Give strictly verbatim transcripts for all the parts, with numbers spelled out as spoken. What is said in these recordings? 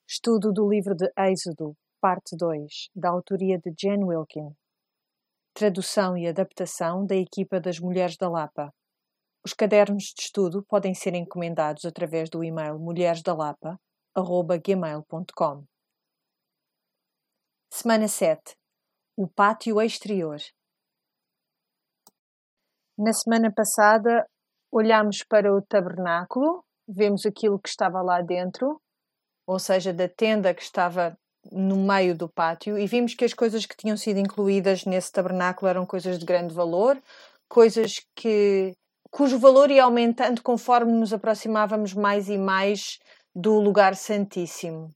Estudo do livro de Êxodo, parte dois, da autoria de Jen Wilkin. Tradução e adaptação da equipa das Mulheres da Lapa. Os cadernos de estudo podem ser encomendados através do e-mail mulheresdalapa arroba gmail ponto com. Semana sete. O pátio exterior. Na semana passada, olhámos para o tabernáculo, vemos aquilo que estava lá dentro, ou seja, da tenda que estava no meio do pátio, e vimos que as coisas que tinham sido incluídas nesse tabernáculo eram coisas de grande valor, coisas que, cujo valor ia aumentando conforme nos aproximávamos mais e mais do lugar santíssimo.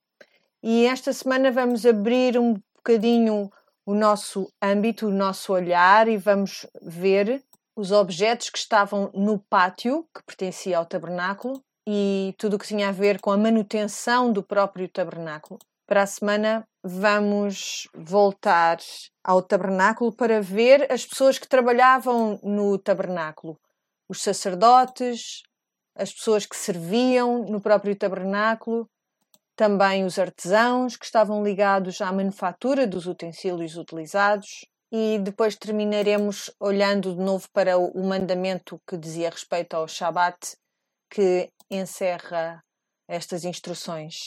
E esta semana vamos abrir um bocadinho o nosso âmbito, o nosso olhar, e vamos ver os objetos que estavam no pátio, que pertencia ao tabernáculo, e tudo o que tinha a ver com a manutenção do próprio tabernáculo. Para a semana vamos voltar ao tabernáculo para ver as pessoas que trabalhavam no tabernáculo. Os sacerdotes, as pessoas que serviam no próprio tabernáculo, também os artesãos que estavam ligados à manufatura dos utensílios utilizados, e depois terminaremos olhando de novo para o mandamento que dizia respeito ao Shabat, que encerra estas instruções.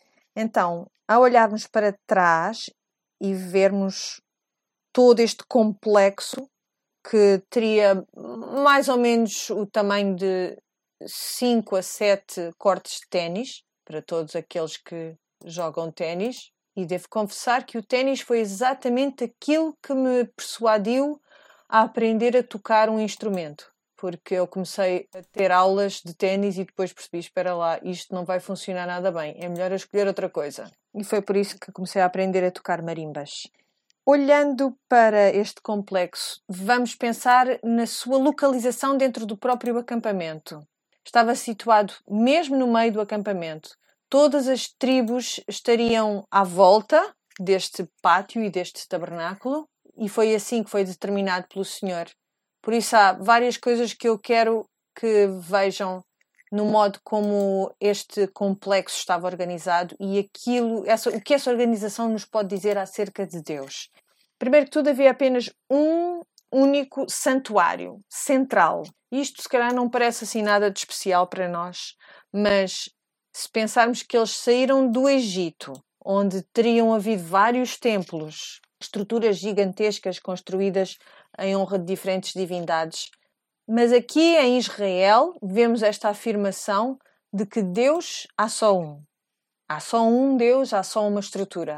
Então, ao olharmos para trás e vermos todo este complexo, que teria mais ou menos o tamanho de cinco a sete cortes de ténis, para todos aqueles que jogam ténis, e devo confessar que o ténis foi exatamente aquilo que me persuadiu a aprender a tocar um instrumento. Porque eu comecei a ter aulas de ténis e depois percebi, espera lá, isto não vai funcionar nada bem, é melhor eu escolher outra coisa. E foi por isso que comecei a aprender a tocar marimbas. Olhando para este complexo, vamos pensar na sua localização dentro do próprio acampamento. Estava situado mesmo no meio do acampamento. Todas as tribos estariam à volta deste pátio e deste tabernáculo, e foi assim que foi determinado pelo Senhor. Por isso há várias coisas que eu quero que vejam no modo como este complexo estava organizado e aquilo, essa, o que essa organização nos pode dizer acerca de Deus. Primeiro que tudo, havia apenas um único santuário central. Isto se calhar não parece assim nada de especial para nós, mas se pensarmos que eles saíram do Egito, onde teriam havido vários templos, estruturas gigantescas construídas em honra de diferentes divindades. Mas aqui em Israel vemos esta afirmação de que Deus há só um. Há só um Deus, há só uma estrutura.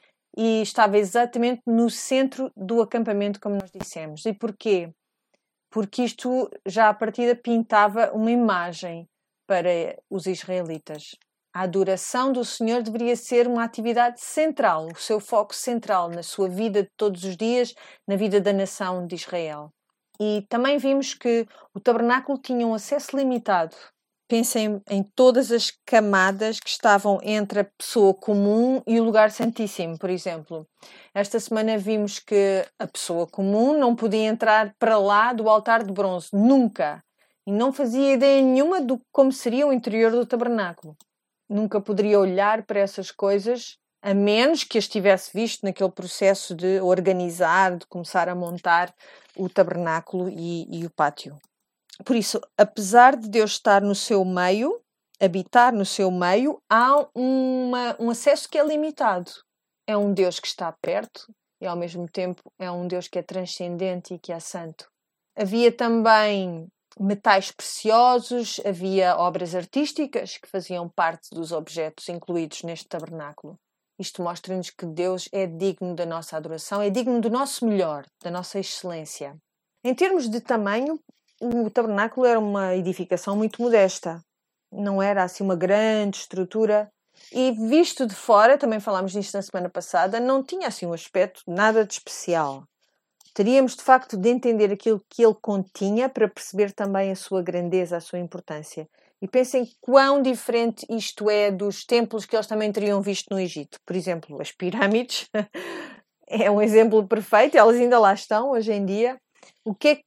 E estava exatamente no centro do acampamento, como nós dissemos. E porquê? Porque isto já à partida pintava uma imagem para os israelitas. A adoração do Senhor deveria ser uma atividade central, o seu foco central na sua vida de todos os dias, na vida da nação de Israel. E também vimos que o tabernáculo tinha um acesso limitado. Pensem em todas as camadas que estavam entre a pessoa comum e o lugar santíssimo, por exemplo. Esta semana vimos que a pessoa comum não podia entrar para lá do altar de bronze, nunca. E não fazia ideia nenhuma de como seria o interior do tabernáculo. Nunca poderia olhar para essas coisas, a menos que as tivesse visto naquele processo de organizar, de começar a montar o tabernáculo e, e o pátio. Por isso, apesar de Deus estar no seu meio, habitar no seu meio, há uma, um acesso que é limitado. É um Deus que está perto e, ao mesmo tempo, é um Deus que é transcendente e que é santo. Havia também metais preciosos, havia obras artísticas que faziam parte dos objetos incluídos neste tabernáculo. Isto mostra-nos que Deus é digno da nossa adoração, é digno do nosso melhor, da nossa excelência. Em termos de tamanho, o tabernáculo era uma edificação muito modesta. Não era assim uma grande estrutura. E visto de fora, também falámos disto na semana passada, não tinha assim um aspecto nada de especial. Teríamos, de facto, de entender aquilo que ele continha para perceber também a sua grandeza, a sua importância. E pensem quão diferente isto é dos templos que eles também teriam visto no Egito. Por exemplo, as pirâmides é um exemplo perfeito, elas ainda lá estão hoje em dia. O que é que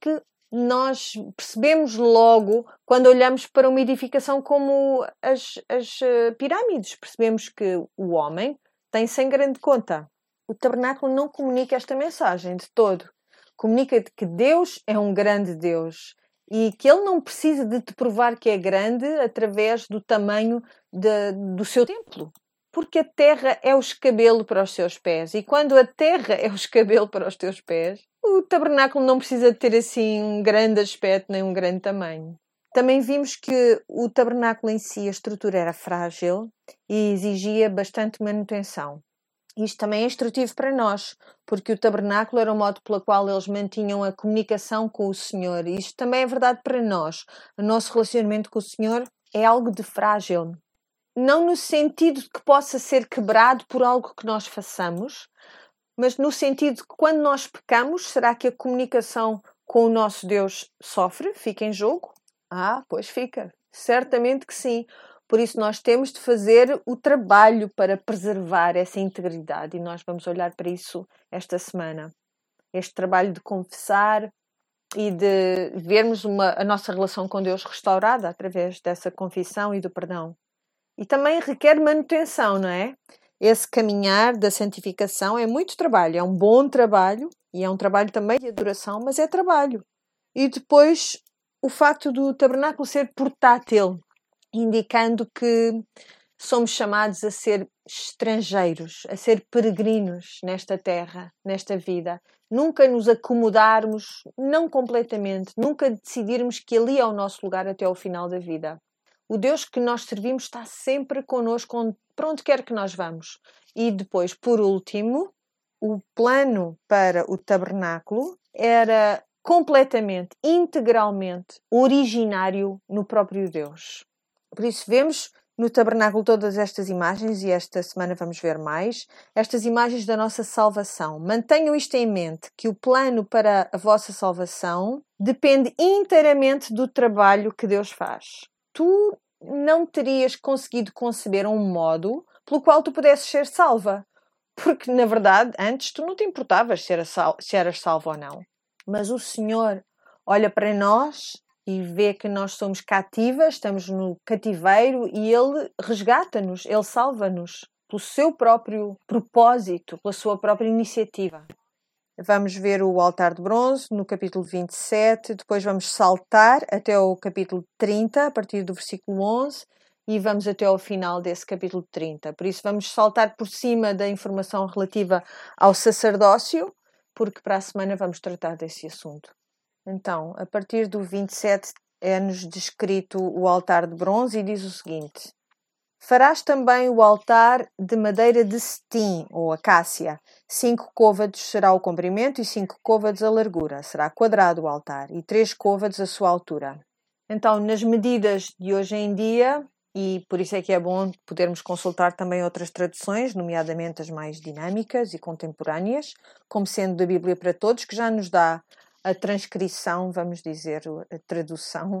nós percebemos logo, quando olhamos para uma edificação como as, as uh, pirâmides, percebemos que o homem tem sem grande conta. O tabernáculo não comunica esta mensagem de todo. Comunica que Deus é um grande Deus e que Ele não precisa de te provar que é grande através do tamanho de, do seu templo. Porque a terra é o escabelo para os seus pés. E quando a terra é o escabelo para os teus pés, o tabernáculo não precisa ter assim um grande aspecto nem um grande tamanho. Também vimos que o tabernáculo em si, a estrutura era frágil e exigia bastante manutenção. Isto também é instrutivo para nós, porque o tabernáculo era o modo pelo qual eles mantinham a comunicação com o Senhor. E isto também é verdade para nós. O nosso relacionamento com o Senhor é algo de frágil. Não no sentido de que possa ser quebrado por algo que nós façamos, mas no sentido de que quando nós pecamos, será que a comunicação com o nosso Deus sofre? Fica em jogo? Ah, pois fica. Certamente que sim. Por isso nós temos de fazer o trabalho para preservar essa integridade e nós vamos olhar para isso esta semana. Este trabalho de confessar e de vermos uma, a nossa relação com Deus restaurada através dessa confissão e do perdão. E também requer manutenção, não é? Esse caminhar da santificação é muito trabalho, é um bom trabalho e é um trabalho também de adoração, mas é trabalho. E depois o facto do tabernáculo ser portátil, indicando que somos chamados a ser estrangeiros, a ser peregrinos nesta terra, nesta vida. Nunca nos acomodarmos, não completamente, nunca decidirmos que ali é o nosso lugar até ao final da vida. O Deus que nós servimos está sempre connosco para onde quer que nós vamos. E depois, por último, o plano para o tabernáculo era completamente, integralmente originário no próprio Deus. Por isso vemos no tabernáculo todas estas imagens, e esta semana vamos ver mais, estas imagens da nossa salvação. Mantenham isto em mente, que o plano para a vossa salvação depende inteiramente do trabalho que Deus faz. Tu não terias conseguido conceber um modo pelo qual tu pudesses ser salva. Porque, na verdade, antes tu não te importavas se, era sal, se eras salvo ou não. Mas o Senhor olha para nós e vê que nós somos cativas, estamos no cativeiro e Ele resgata-nos, Ele salva-nos pelo seu próprio propósito, pela sua própria iniciativa. Vamos ver o altar de bronze no capítulo vinte e sete, depois vamos saltar até o capítulo trinta, a partir do versículo onze, e vamos até ao final desse capítulo trinta. Por isso vamos saltar por cima da informação relativa ao sacerdócio, porque para a semana vamos tratar desse assunto. Então, a partir do vinte e sete é-nos descrito o altar de bronze e diz o seguinte: farás também o altar de madeira de cetim, ou acácia. Cinco côvados será o comprimento e cinco côvados a largura. Será quadrado o altar e três côvados a sua altura. Então, nas medidas de hoje em dia, e por isso é que é bom podermos consultar também outras traduções, nomeadamente as mais dinâmicas e contemporâneas, como sendo da Bíblia para Todos, que já nos dá a transcrição, vamos dizer, a tradução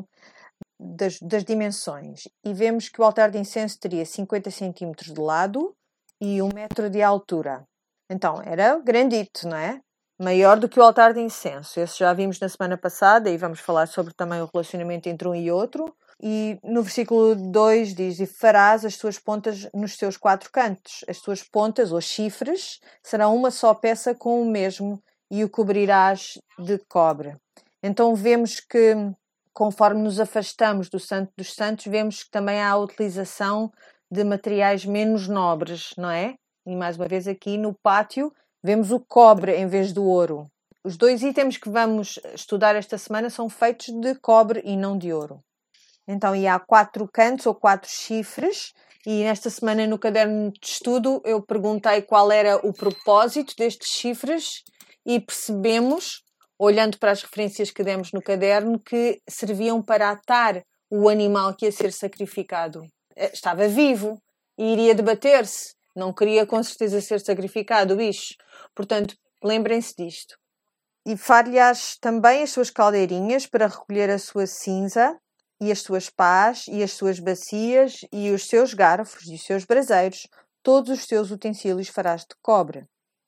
das, das dimensões. E vemos que o altar de incenso teria cinquenta centímetros de lado e um metro de altura. Então, era grandito, não é? Maior do que o altar de incenso. Esse já vimos na semana passada e vamos falar sobre também o relacionamento entre um e outro. E no versículo dois diz: e farás as suas pontas nos seus quatro cantos. As suas pontas, ou chifres, serão uma só peça com o mesmo e o cobrirás de cobre. Então vemos que, conforme nos afastamos do Santo dos Santos, vemos que também há a utilização de materiais menos nobres, não é? E mais uma vez aqui no pátio vemos o cobre em vez do ouro. Os dois itens que vamos estudar esta semana são feitos de cobre e não de ouro. Então, e há quatro cantos ou quatro chifres, e nesta semana no caderno de estudo eu perguntei qual era o propósito destes chifres e percebemos, olhando para as referências que demos no caderno, que serviam para atar o animal que ia ser sacrificado. Estava vivo e iria debater-se, não queria com certeza ser sacrificado o bicho. Portanto, lembrem-se disto. E far-lhe-ás também as suas caldeirinhas para recolher a sua cinza, e as suas pás, e as suas bacias, e os seus garfos, e os seus braseiros, todos os seus utensílios farás de cobre.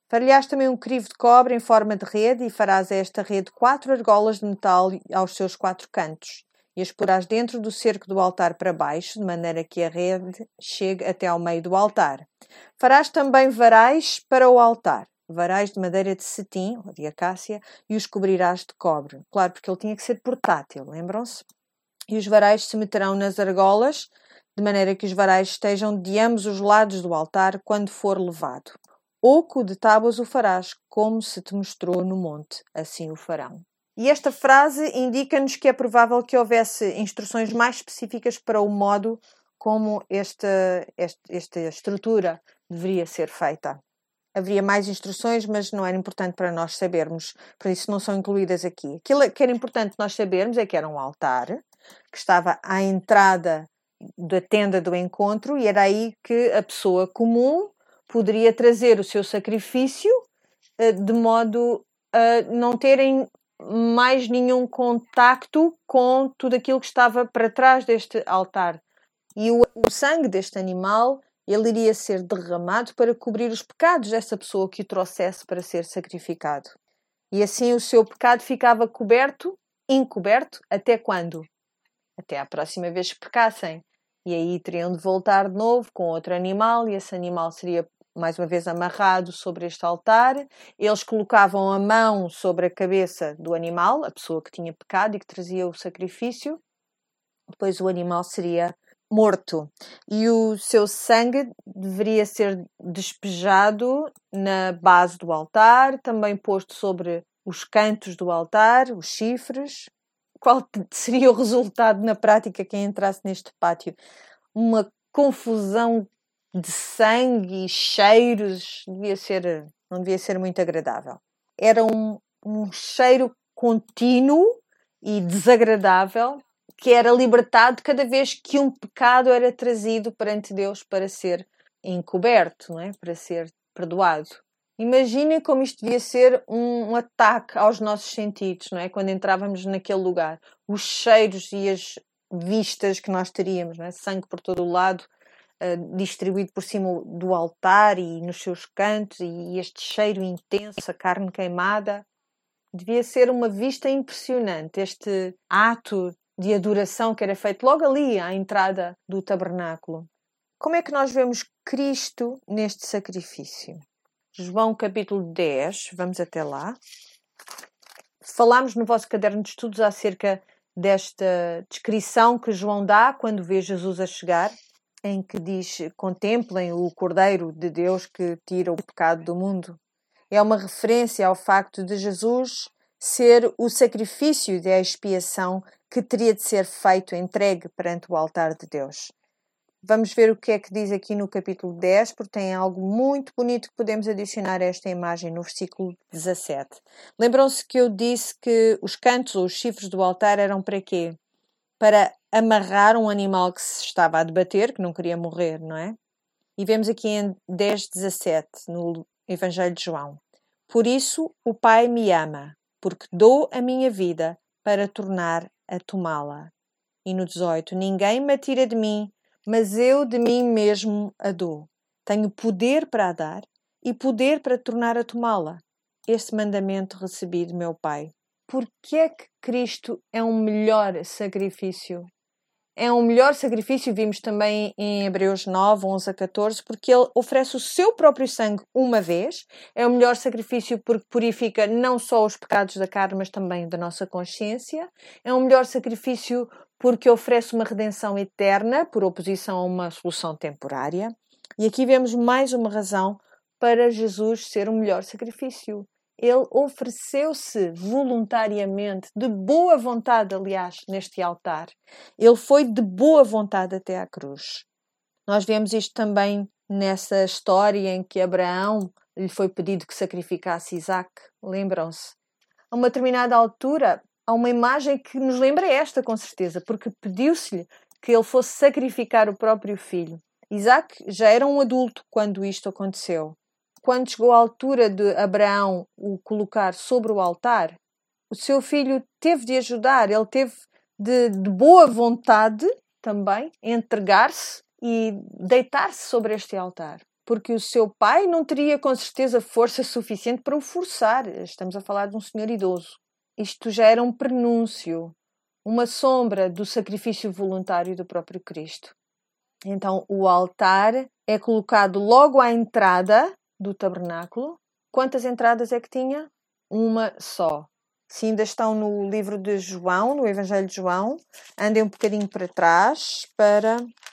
Far-lhe-ás também um crivo de cobre em forma de rede, e farás a esta rede quatro argolas de metal aos seus quatro cantos, e as porás dentro do cerco do altar para baixo, de maneira que a rede chegue até ao meio do altar. Farás também varais para o altar, varais de madeira de cetim, ou de acácia, e os cobrirás de cobre. Claro, porque ele tinha que ser portátil, lembram-se? E os varais se meterão nas argolas, de maneira que os varais estejam de ambos os lados do altar quando for levado. Oco de tábuas o farás, como se te mostrou no monte, assim o farão. E esta frase indica-nos que é provável que houvesse instruções mais específicas para o modo como esta, esta, esta estrutura deveria ser feita. Haveria mais instruções, mas não era importante para nós sabermos, por isso não são incluídas aqui. Aquilo que era importante nós sabermos é que era um altar, que estava à entrada da tenda do encontro, e era aí que a pessoa comum poderia trazer o seu sacrifício, de modo a não terem mais nenhum contacto com tudo aquilo que estava para trás deste altar. E o, o sangue deste animal, ele iria ser derramado para cobrir os pecados dessa pessoa que o trouxesse para ser sacrificado. E assim o seu pecado ficava coberto, encoberto, até quando? Até à próxima vez que pecassem. E aí teriam de voltar de novo com outro animal, e esse animal seria mais uma vez amarrado sobre este altar. Eles colocavam a mão sobre a cabeça do animal, a pessoa que tinha pecado e que trazia o sacrifício. Depois o animal seria morto. E o seu sangue deveria ser despejado na base do altar, também posto sobre os cantos do altar, os chifres. Qual seria o resultado na prática quem entrasse neste pátio? Uma confusão de sangue e cheiros, devia ser, não devia ser muito agradável. Era um, um cheiro contínuo e desagradável que era libertado cada vez que um pecado era trazido perante Deus para ser encoberto, não é? Para ser perdoado. Imaginem como isto devia ser um, um ataque aos nossos sentidos, não é? Quando entrávamos naquele lugar. Os cheiros e as vistas que nós teríamos, não é? Sangue por todo o lado, uh, distribuído por cima do altar e nos seus cantos, e este cheiro intenso, a carne queimada. Devia ser uma vista impressionante, este ato de adoração que era feito logo ali à entrada do tabernáculo. Como é que nós vemos Cristo neste sacrifício? João capítulo dez, vamos até lá. Falámos no vosso caderno de estudos acerca desta descrição que João dá quando vê Jesus a chegar, em que diz: contemplem o Cordeiro de Deus que tira o pecado do mundo. É uma referência ao facto de Jesus ser o sacrifício da expiação que teria de ser feito, entregue perante o altar de Deus. Vamos ver o que é que diz aqui no capítulo dez, porque tem algo muito bonito que podemos adicionar a esta imagem no versículo dezassete. Lembram-se que eu disse que os cantos ou os chifres do altar eram para quê? Para amarrar um animal que se estava a debater, que não queria morrer, não é? E vemos aqui em dez, dezassete, no Evangelho de João. Por isso o Pai me ama, porque dou a minha vida para tornar a tomá-la. E no dezoito, ninguém me tira de mim, mas eu de mim mesmo a dou. Tenho poder para a dar e poder para tornar a tomá-la. Este mandamento recebi de meu Pai. Por que é que Cristo é um melhor sacrifício? É um melhor sacrifício, vimos também em Hebreus nove, onze a catorze, porque ele oferece o seu próprio sangue uma vez. É o melhor sacrifício porque purifica não só os pecados da carne, mas também da nossa consciência. É um melhor sacrifício porque oferece uma redenção eterna, por oposição a uma solução temporária. E aqui vemos mais uma razão para Jesus ser o melhor sacrifício. Ele ofereceu-se voluntariamente, de boa vontade, aliás, neste altar. Ele foi de boa vontade até à cruz. Nós vemos isto também nessa história em que Abraão lhe foi pedido que sacrificasse Isaac. Lembram-se? A uma determinada altura, há uma imagem que nos lembra esta, com certeza, porque pediu-se-lhe que ele fosse sacrificar o próprio filho. Isaac já era um adulto quando isto aconteceu. Quando chegou a altura de Abraão o colocar sobre o altar, o seu filho teve de ajudar, ele teve de, de boa vontade também entregar-se e deitar-se sobre este altar. porque o seu pai não teria com certeza força suficiente para o forçar. Estamos a falar de um senhor idoso. Isto já era um prenúncio, uma sombra do sacrifício voluntário do próprio Cristo. Então, o altar é colocado logo à entrada do tabernáculo. Quantas entradas é que tinha? Uma só. Se ainda estão no livro de João, no Evangelho de João, andem um bocadinho para trás, para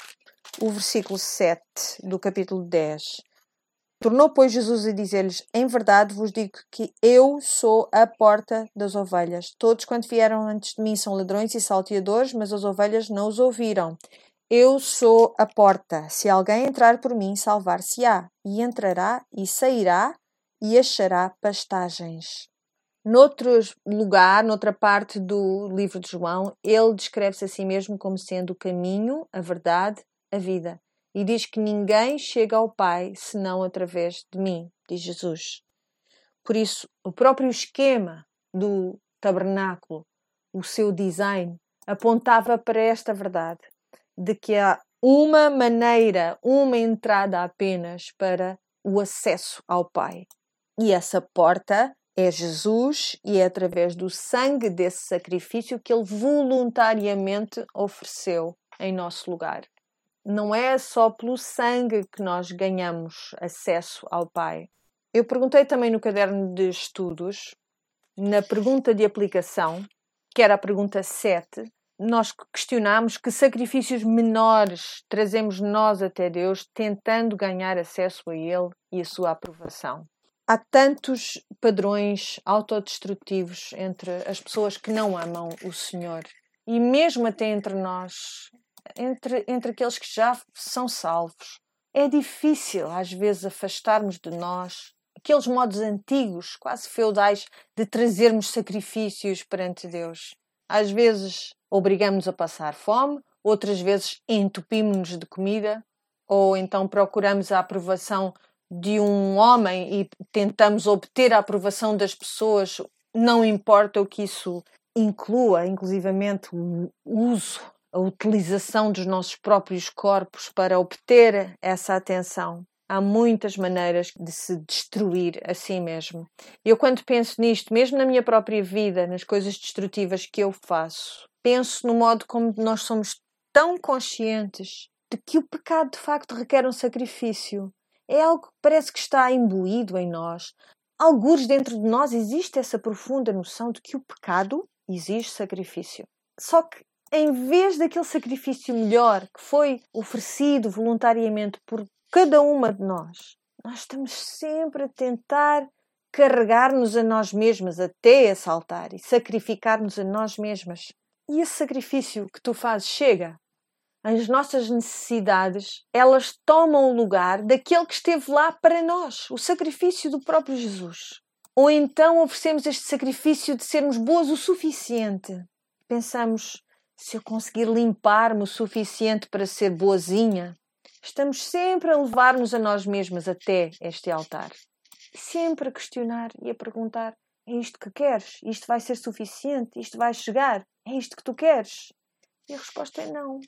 o versículo sete do capítulo dez. Tornou, pois, Jesus a dizer-lhes: em verdade vos digo que eu sou a porta das ovelhas. Todos quanto vieram antes de mim são ladrões e salteadores, mas as ovelhas não os ouviram. Eu sou a porta. Se alguém entrar por mim, salvar-se-á, e entrará e sairá e achará pastagens. Noutro lugar, noutra parte do livro de João, ele descreve-se a si mesmo como sendo o caminho, a verdade, a vida. E diz que ninguém chega ao Pai senão através de mim, diz Jesus. Por isso, o próprio esquema do tabernáculo, o seu design, apontava para esta verdade, de que há uma maneira, uma entrada apenas para o acesso ao Pai. E essa porta é Jesus e é através do sangue desse sacrifício que ele voluntariamente ofereceu em nosso lugar. Não é só pelo sangue que nós ganhamos acesso ao Pai. Eu perguntei também no caderno de estudos, na pergunta de aplicação, que era a pergunta sete, nós questionámos que sacrifícios menores trazemos nós até Deus, tentando ganhar acesso a Ele e a sua aprovação. Há tantos padrões autodestrutivos entre as pessoas que não amam o Senhor. E mesmo até entre nós, entre, entre aqueles que já são salvos. É difícil, às vezes, afastarmos de nós aqueles modos antigos, quase feudais, de trazermos sacrifícios perante Deus. Às vezes, obrigamos-nos a passar fome, outras vezes entupimos-nos de comida, ou então procuramos a aprovação de um homem e tentamos obter a aprovação das pessoas, não importa o que isso inclua, inclusivamente o uso, a utilização dos nossos próprios corpos para obter essa atenção. Há muitas maneiras de se destruir a si mesmo. Eu, quando penso nisto, mesmo na minha própria vida, nas coisas destrutivas que eu faço, penso no modo como nós somos tão conscientes de que o pecado de facto requer um sacrifício. É algo que parece que está imbuído em nós. Algures dentro de nós existe essa profunda noção de que o pecado exige sacrifício. Só que, em vez daquele sacrifício melhor que foi oferecido voluntariamente por cada uma de nós, nós estamos sempre a tentar carregar-nos a nós mesmas até esse altar e sacrificar-nos a nós mesmas. E esse sacrifício que tu fazes chega. As nossas necessidades, elas tomam o lugar daquele que esteve lá para nós, o sacrifício do próprio Jesus. Ou então oferecemos este sacrifício de sermos boas o suficiente. Pensamos, se eu conseguir limpar-me o suficiente para ser boazinha, estamos sempre a levar-nos a nós mesmas até este altar. Sempre a questionar e a perguntar, é isto que queres? Isto vai ser suficiente? Isto vai chegar? É isto que tu queres? E a resposta é não.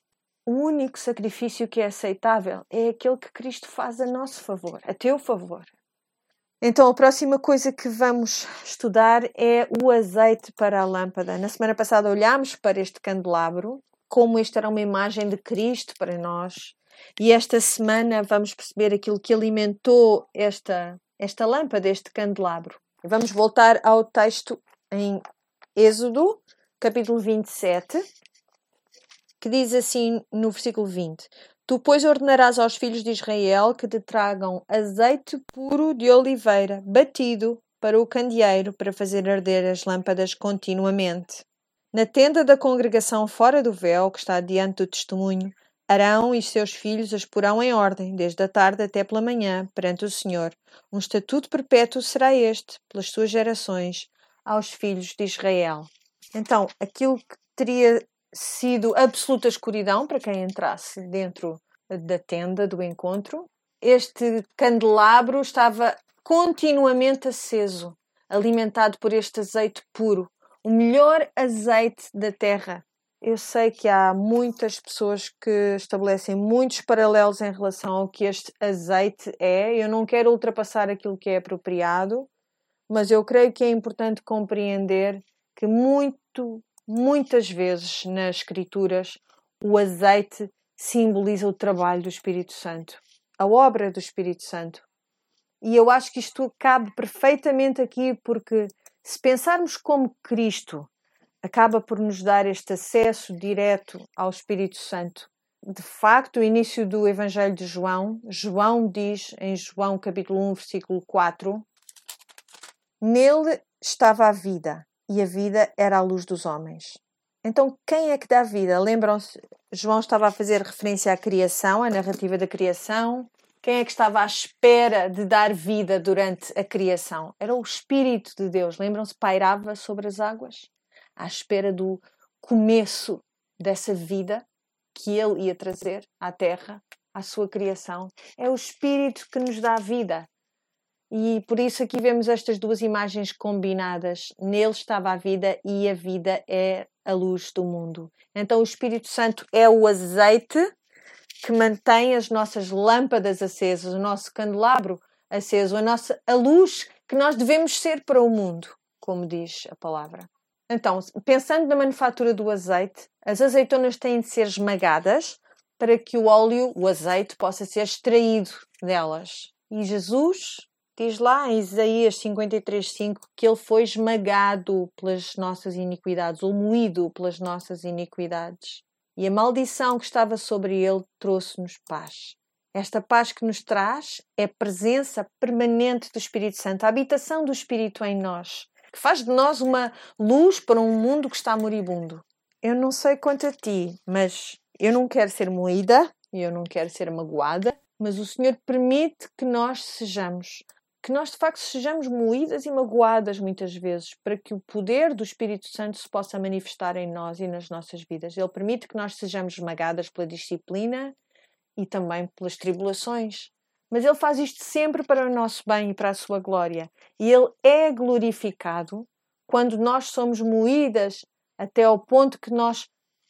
O único sacrifício que é aceitável é aquele que Cristo faz a nosso favor, a teu favor. Então, a próxima coisa que vamos estudar é o azeite para a lâmpada. Na semana passada olhámos para este candelabro, como este era uma imagem de Cristo para nós. E esta semana vamos perceber aquilo que alimentou esta, esta lâmpada, este candelabro. Vamos voltar ao texto em Êxodo, capítulo vinte e sete. Que diz assim no versículo vinte: Tu, pois, ordenarás aos filhos de Israel que te tragam azeite puro de oliveira, batido, para o candeeiro, para fazer arder as lâmpadas continuamente. Na tenda da congregação fora do véu, que está diante do testemunho, Arão e seus filhos as porão em ordem, desde a tarde até pela manhã, perante o Senhor. Um estatuto perpétuo será este, pelas suas gerações, aos filhos de Israel. Então, aquilo que teria sido absoluta escuridão para quem entrasse dentro da tenda do encontro, este candelabro estava continuamente aceso, alimentado por este azeite puro, o melhor azeite da terra. eu sei que há muitas pessoas que estabelecem muitos paralelos em relação ao que este azeite é. Eu não quero ultrapassar aquilo que é apropriado, mas eu creio que é importante compreender que muito, muitas vezes nas Escrituras o azeite simboliza o trabalho do Espírito Santo, a obra do Espírito Santo. E eu acho que isto cabe perfeitamente aqui, porque se pensarmos como Cristo acaba por nos dar este acesso direto ao Espírito Santo. De facto, o início do Evangelho de João, João diz em João capítulo um, versículo quatro, nele estava a vida, e a vida era a luz dos homens. Então, quem é que dá vida? Lembram-se, João estava a fazer referência à criação, à narrativa da criação. Quem é que estava à espera de dar vida durante a criação? Era o Espírito de Deus. Lembram-se? Pairava sobre as águas, à espera do começo dessa vida que ele ia trazer à Terra, à sua criação. É o Espírito que nos dá vida. E por isso aqui vemos estas duas imagens combinadas. Nele estava a vida e a vida é a luz do mundo. Então o Espírito Santo é o azeite que mantém as nossas lâmpadas acesas, o nosso candelabro aceso, a, nossa, a luz que nós devemos ser para o mundo, como diz a palavra. Então, pensando na manufatura do azeite, as azeitonas têm de ser esmagadas para que o óleo, o azeite, possa ser extraído delas. E Jesus diz lá em Isaías cinquenta e três, cinco que ele foi esmagado pelas nossas iniquidades, ou moído pelas nossas iniquidades. E a maldição que estava sobre ele trouxe-nos paz. Esta paz que nos traz é a presença permanente do Espírito Santo, a habitação do Espírito em nós, que faz de nós uma luz para um mundo que está moribundo. Eu não sei quanto a ti, mas eu não quero ser moída, eu não quero ser magoada, mas o Senhor permite que nós sejamos, que nós de facto sejamos moídas e magoadas muitas vezes, para que o poder do Espírito Santo se possa manifestar em nós e nas nossas vidas. Ele permite que nós sejamos esmagadas pela disciplina e também pelas tribulações. Mas Ele faz isto sempre para o nosso bem e para a sua glória. E Ele é glorificado quando nós somos moídas até ao ponto que nós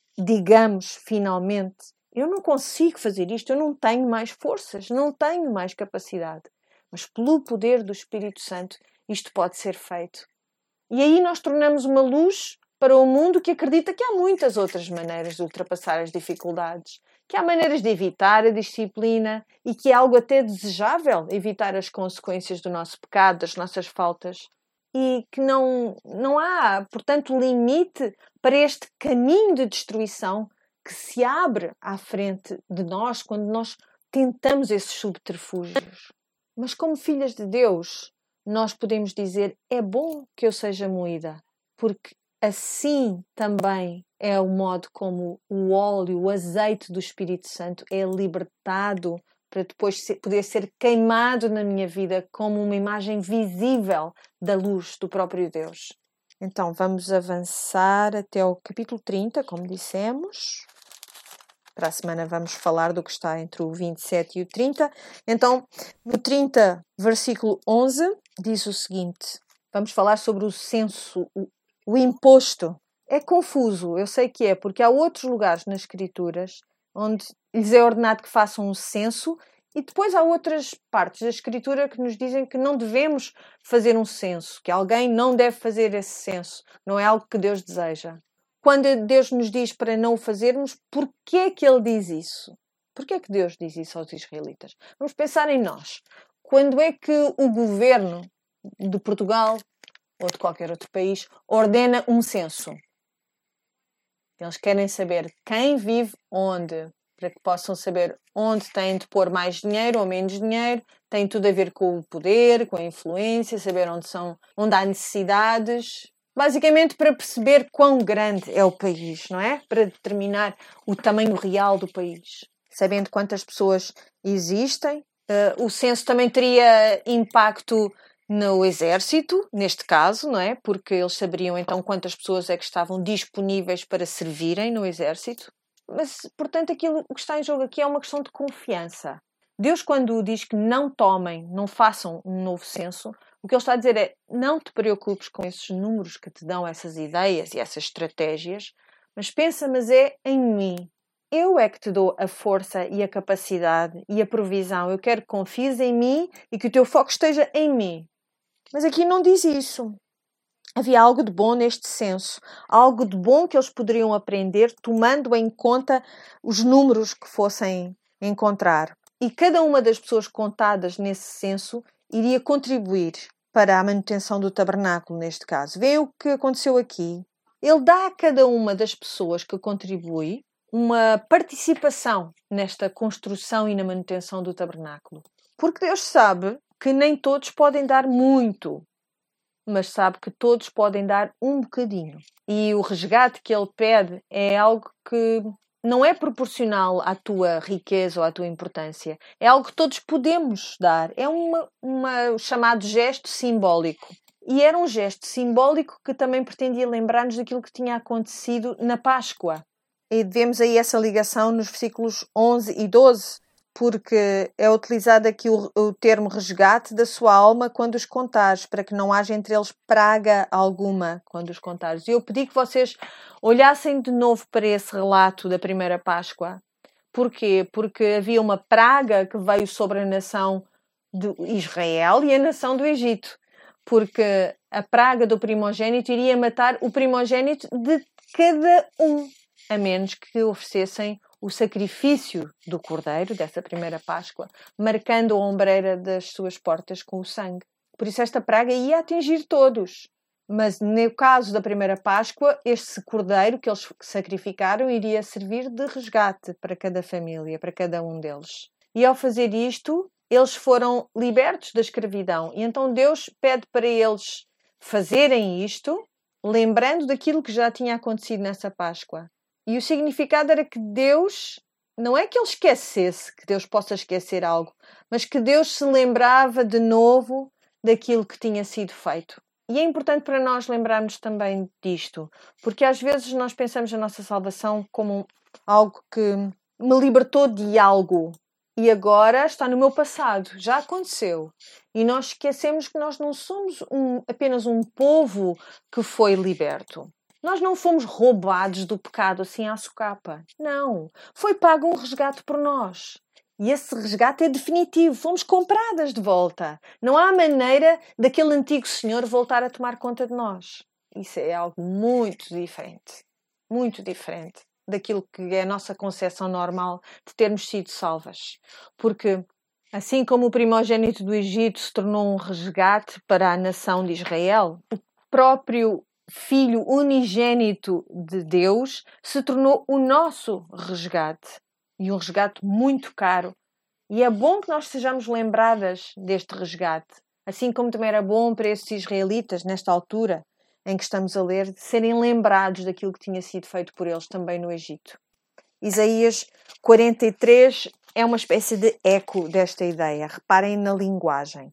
digamos finalmente: eu não consigo fazer isto, eu não tenho mais forças, não tenho mais capacidade. Mas pelo poder do Espírito Santo isto pode ser feito. E aí nós tornamos uma luz para o mundo que acredita que há muitas outras maneiras de ultrapassar as dificuldades, que há maneiras de evitar a disciplina e que é algo até desejável evitar as consequências do nosso pecado, das nossas faltas. E que não, não há, portanto, limite para este caminho de destruição que se abre à frente de nós quando nós tentamos esses subterfúgios. Mas como filhas de Deus, nós podemos dizer: é bom que eu seja moída, porque assim também é o modo como o óleo, o azeite do Espírito Santo é libertado para depois ser, poder ser queimado na minha vida como uma imagem visível da luz do próprio Deus. Então vamos avançar até o capítulo trinta, como dissemos. Para a semana vamos falar do que está entre o vinte e sete e o trinta. Então, no trinta, versículo onze, diz o seguinte. Vamos falar sobre o censo, o, o imposto. É confuso, eu sei que é, porque há outros lugares nas Escrituras onde lhes é ordenado que façam um censo e depois há outras partes da Escritura que nos dizem que não devemos fazer um censo, que alguém não deve fazer esse censo. Não é algo que Deus deseja. Quando Deus nos diz para não o fazermos, porquê é que Ele diz isso? Porquê é que Deus diz isso aos israelitas? Vamos pensar em nós. Quando é que o governo de Portugal ou de qualquer outro país ordena um censo? Eles querem saber quem vive onde, para que possam saber onde têm de pôr mais dinheiro ou menos dinheiro. Tem tudo a ver com o poder, com a influência, saber onde, são, onde há necessidades. Basicamente para perceber quão grande é o país, não é? Para determinar o tamanho real do país. Sabendo quantas pessoas existem. Uh, o censo também teria impacto no exército, neste caso, não é? Porque eles saberiam então quantas pessoas é que estavam disponíveis para servirem no exército. Mas, portanto, aquilo que está em jogo aqui é uma questão de confiança. Deus, quando diz que não tomem, não façam um novo censo, o que Ele está a dizer é: não te preocupes com esses números que te dão essas ideias e essas estratégias, mas pensa, mas é em mim. Eu é que te dou a força e a capacidade e a provisão. Eu quero que confies em mim e que o teu foco esteja em mim. Mas aqui não diz isso. Havia algo de bom neste senso. Algo de bom que eles poderiam aprender, tomando em conta os números que fossem encontrar. E cada uma das pessoas contadas nesse censo iria contribuir para a manutenção do tabernáculo, neste caso. Vê o que aconteceu aqui. Ele dá a cada uma das pessoas que contribui uma participação nesta construção e na manutenção do tabernáculo. Porque Deus sabe que nem todos podem dar muito, mas sabe que todos podem dar um bocadinho. E o resgate que Ele pede é algo que não é proporcional à tua riqueza ou à tua importância. É algo que todos podemos dar. É uma, uma, chamado gesto simbólico. E era um gesto simbólico que também pretendia lembrar-nos daquilo que tinha acontecido na Páscoa. E vemos aí essa ligação nos versículos onze e doze, porque é utilizado aqui o, o termo resgate da sua alma quando os contares, para que não haja entre eles praga alguma quando os contares. E eu pedi que vocês olhassem de novo para esse relato da primeira Páscoa. Porquê? Porque havia uma praga que veio sobre a nação de Israel e a nação do Egito. Porque a praga do primogênito iria matar o primogênito de cada um, a menos que oferecessem o sacrifício do cordeiro, dessa primeira Páscoa, marcando a ombreira das suas portas com o sangue. Por isso esta praga ia atingir todos. Mas no caso da primeira Páscoa, este cordeiro que eles sacrificaram iria servir de resgate para cada família, para cada um deles. E ao fazer isto, eles foram libertos da escravidão. E então Deus pede para eles fazerem isto, lembrando daquilo que já tinha acontecido nessa Páscoa. E o significado era que Deus, não é que ele esquecesse, que Deus possa esquecer algo, mas que Deus se lembrava de novo daquilo que tinha sido feito. E é importante para nós lembrarmos também disto, porque às vezes nós pensamos na nossa salvação como algo que me libertou de algo e agora está no meu passado, já aconteceu. E nós esquecemos que nós não somos um, apenas um povo que foi liberto. Nós não fomos roubados do pecado assim à socapa. Não. Foi pago um resgate por nós. E esse resgate é definitivo. Fomos compradas de volta. Não há maneira daquele antigo senhor voltar a tomar conta de nós. Isso é algo muito diferente. Muito diferente daquilo que é a nossa concepção normal de termos sido salvas. Porque, assim como o primogênito do Egito se tornou um resgate para a nação de Israel, o próprio Filho unigênito de Deus se tornou o nosso resgate. E um resgate muito caro. E é bom que nós sejamos lembradas deste resgate. Assim como também era bom para esses israelitas, nesta altura em que estamos a ler, serem lembrados daquilo que tinha sido feito por eles também no Egito. Isaías quarenta e três é uma espécie de eco desta ideia. Reparem na linguagem.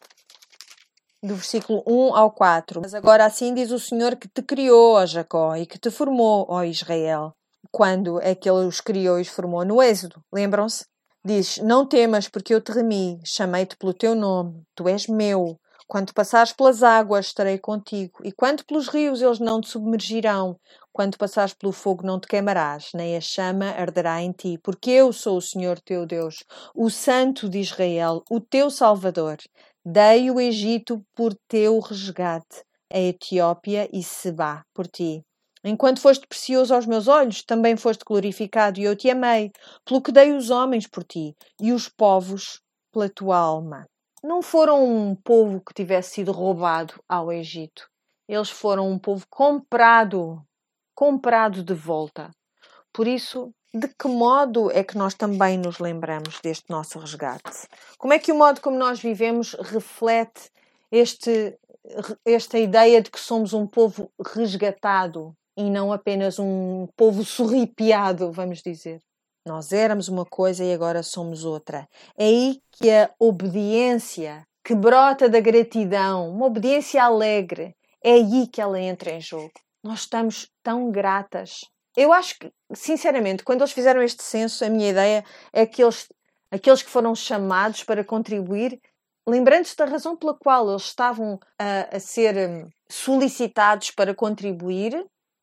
Do versículo um ao quatro. Mas agora assim diz o Senhor que te criou, ó Jacó, e que te formou, ó Israel. Quando é que ele os criou e os formou? No Êxodo, lembram-se? Diz, não temas, porque eu te remi, chamei-te pelo teu nome, tu és meu. Quando passares pelas águas, estarei contigo, e quando pelos rios, eles não te submergirão. Quando passares pelo fogo, não te queimarás, nem a chama arderá em ti, porque eu sou o Senhor teu Deus, o Santo de Israel, o teu Salvador. Dei o Egito por teu resgate, a Etiópia e Sebá por ti. Enquanto foste precioso aos meus olhos, também foste glorificado e eu te amei, pelo que dei os homens por ti e os povos pela tua alma. Não foram um povo que tivesse sido roubado ao Egito. Eles foram um povo comprado, comprado de volta. Por isso, de que modo é que nós também nos lembramos deste nosso resgate? Como é que o modo como nós vivemos reflete este, esta ideia de que somos um povo resgatado e não apenas um povo sorripiado, vamos dizer? Nós éramos uma coisa e agora somos outra. É aí que a obediência que brota da gratidão, uma obediência alegre, é aí que ela entra em jogo. Nós estamos tão gratas. Eu acho que, sinceramente, quando eles fizeram este censo, a minha ideia é que eles, aqueles que foram chamados para contribuir, lembrando-se da razão pela qual eles estavam a, a ser solicitados para contribuir,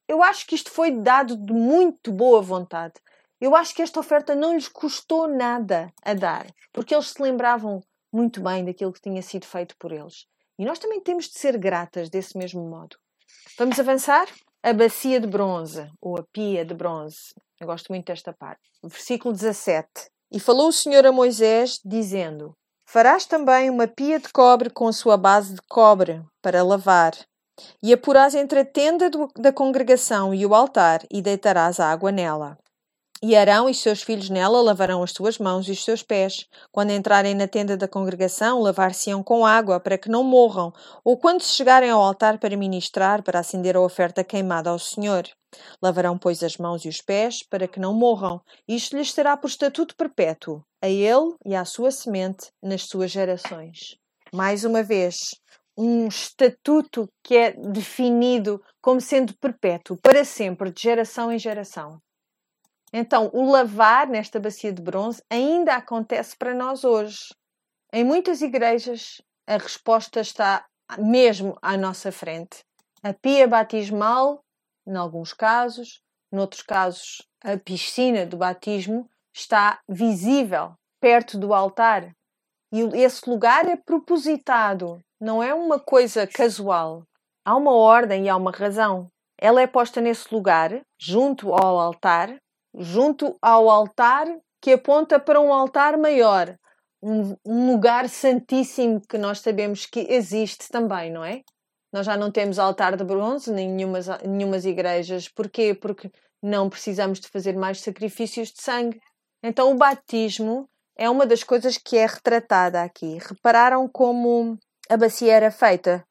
Eu acho que isto foi dado de muito boa vontade. Eu acho que esta oferta não lhes custou nada a dar, porque eles se lembravam muito bem daquilo que tinha sido feito por eles. E nós também temos de ser gratas desse mesmo modo. Vamos avançar? A bacia de bronze, ou a pia de bronze. Eu gosto muito desta parte. Versículo dezassete. E falou o Senhor a Moisés, dizendo: Farás também uma pia de cobre com a sua base de cobre, para lavar. E a porás entre a tenda do, da congregação e o altar, e deitarás a água nela. E Arão e seus filhos nela lavarão as suas mãos e os seus pés. Quando entrarem na tenda da congregação, lavar-se-ão com água, para que não morram, ou quando se chegarem ao altar para ministrar, para acender a oferta queimada ao Senhor. Lavarão, pois, as mãos e os pés, para que não morram. Isto lhes será por estatuto perpétuo, a ele e à sua semente, nas suas gerações. Mais uma vez, um estatuto que é definido como sendo perpétuo, para sempre, de geração em geração. Então, o lavar nesta bacia de bronze ainda acontece para nós hoje. Em muitas igrejas, a resposta está mesmo à nossa frente. A pia batismal, em alguns casos, noutros casos, a piscina do batismo está visível, perto do altar. E esse lugar é propositado, não é uma coisa casual. Há uma ordem e há uma razão. Ela é posta nesse lugar, junto ao altar, junto ao altar que aponta para um altar maior, um, um lugar santíssimo que nós sabemos que existe também, não é? Nós já não temos altar de bronze em nenhumas, nenhumas igrejas. Porquê? Porque não precisamos de fazer mais sacrifícios de sangue. Então o batismo é uma das coisas que é retratada aqui. Repararam como a bacia era feita?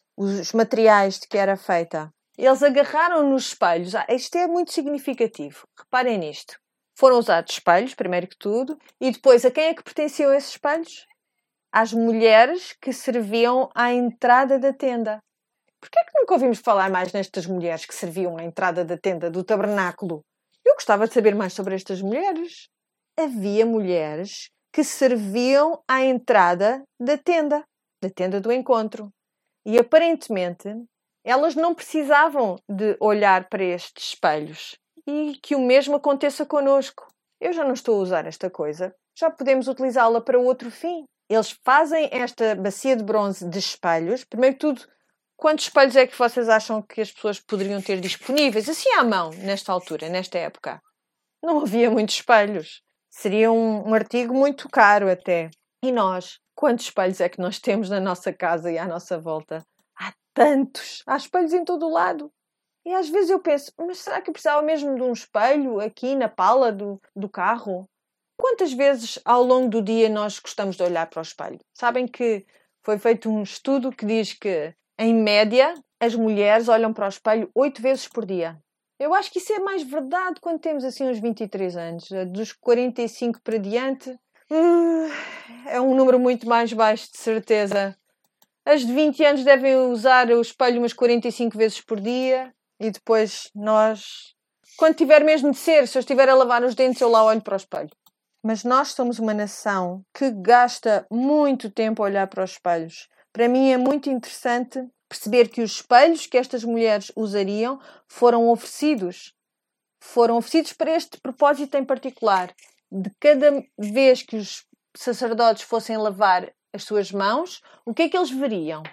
Os materiais de que era feita? Eles agarraram nos espelhos. Ah, isto é muito significativo. Reparem nisto. Foram usados espelhos, primeiro que tudo, e depois a quem é que pertenciam esses espelhos? Às mulheres que serviam à entrada da tenda. Porquê é que nunca ouvimos falar mais nestas mulheres que serviam à entrada da tenda do tabernáculo? Eu gostava de saber mais sobre estas mulheres. Havia mulheres que serviam à entrada da tenda, da tenda do encontro. E aparentemente elas não precisavam de olhar para estes espelhos. E que o mesmo aconteça connosco. Eu já não estou a usar esta coisa. Já podemos utilizá-la para outro fim. Eles fazem esta bacia de bronze de espelhos. Primeiro de tudo, quantos espelhos é que vocês acham que as pessoas poderiam ter disponíveis, assim à mão, nesta altura, nesta época? Não havia muitos espelhos. Seria um, um artigo muito caro até. E nós? Quantos espelhos é que nós temos na nossa casa e à nossa volta? Há tantos! Há espelhos em todo o lado. E às vezes eu penso, mas será que eu precisava mesmo de um espelho aqui na pala do, do carro? Quantas vezes ao longo do dia nós gostamos de olhar para o espelho? Sabem que foi feito um estudo que diz que, em média, as mulheres olham para o espelho oito vezes por dia. Eu acho que isso é mais verdade quando temos assim uns vinte e três anos. Dos quarenta e cinco para diante, uh, é um número muito mais baixo, de certeza. As de vinte anos devem usar o espelho umas quarenta e cinco vezes por dia. E depois nós, quando tiver mesmo de ser, se eu estiver a lavar os dentes, eu lá olho para o espelho. Mas nós somos uma nação que gasta muito tempo a olhar para os espelhos. Para mim é muito interessante perceber que os espelhos que estas mulheres usariam foram oferecidos. Foram oferecidos para este propósito em particular. De cada vez que os sacerdotes fossem lavar as suas mãos, o que é que eles veriam?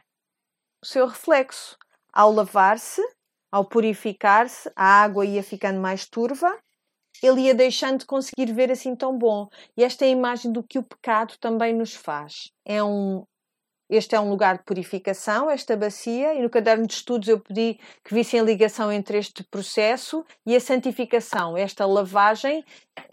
O seu reflexo. Ao lavar-se, ao purificar-se, a água ia ficando mais turva, ele ia deixando de conseguir ver assim tão bom. E esta é a imagem do que o pecado também nos faz. É um, este é um lugar de purificação, esta bacia, e no caderno de estudos eu pedi que vissem a ligação entre este processo e a santificação, esta lavagem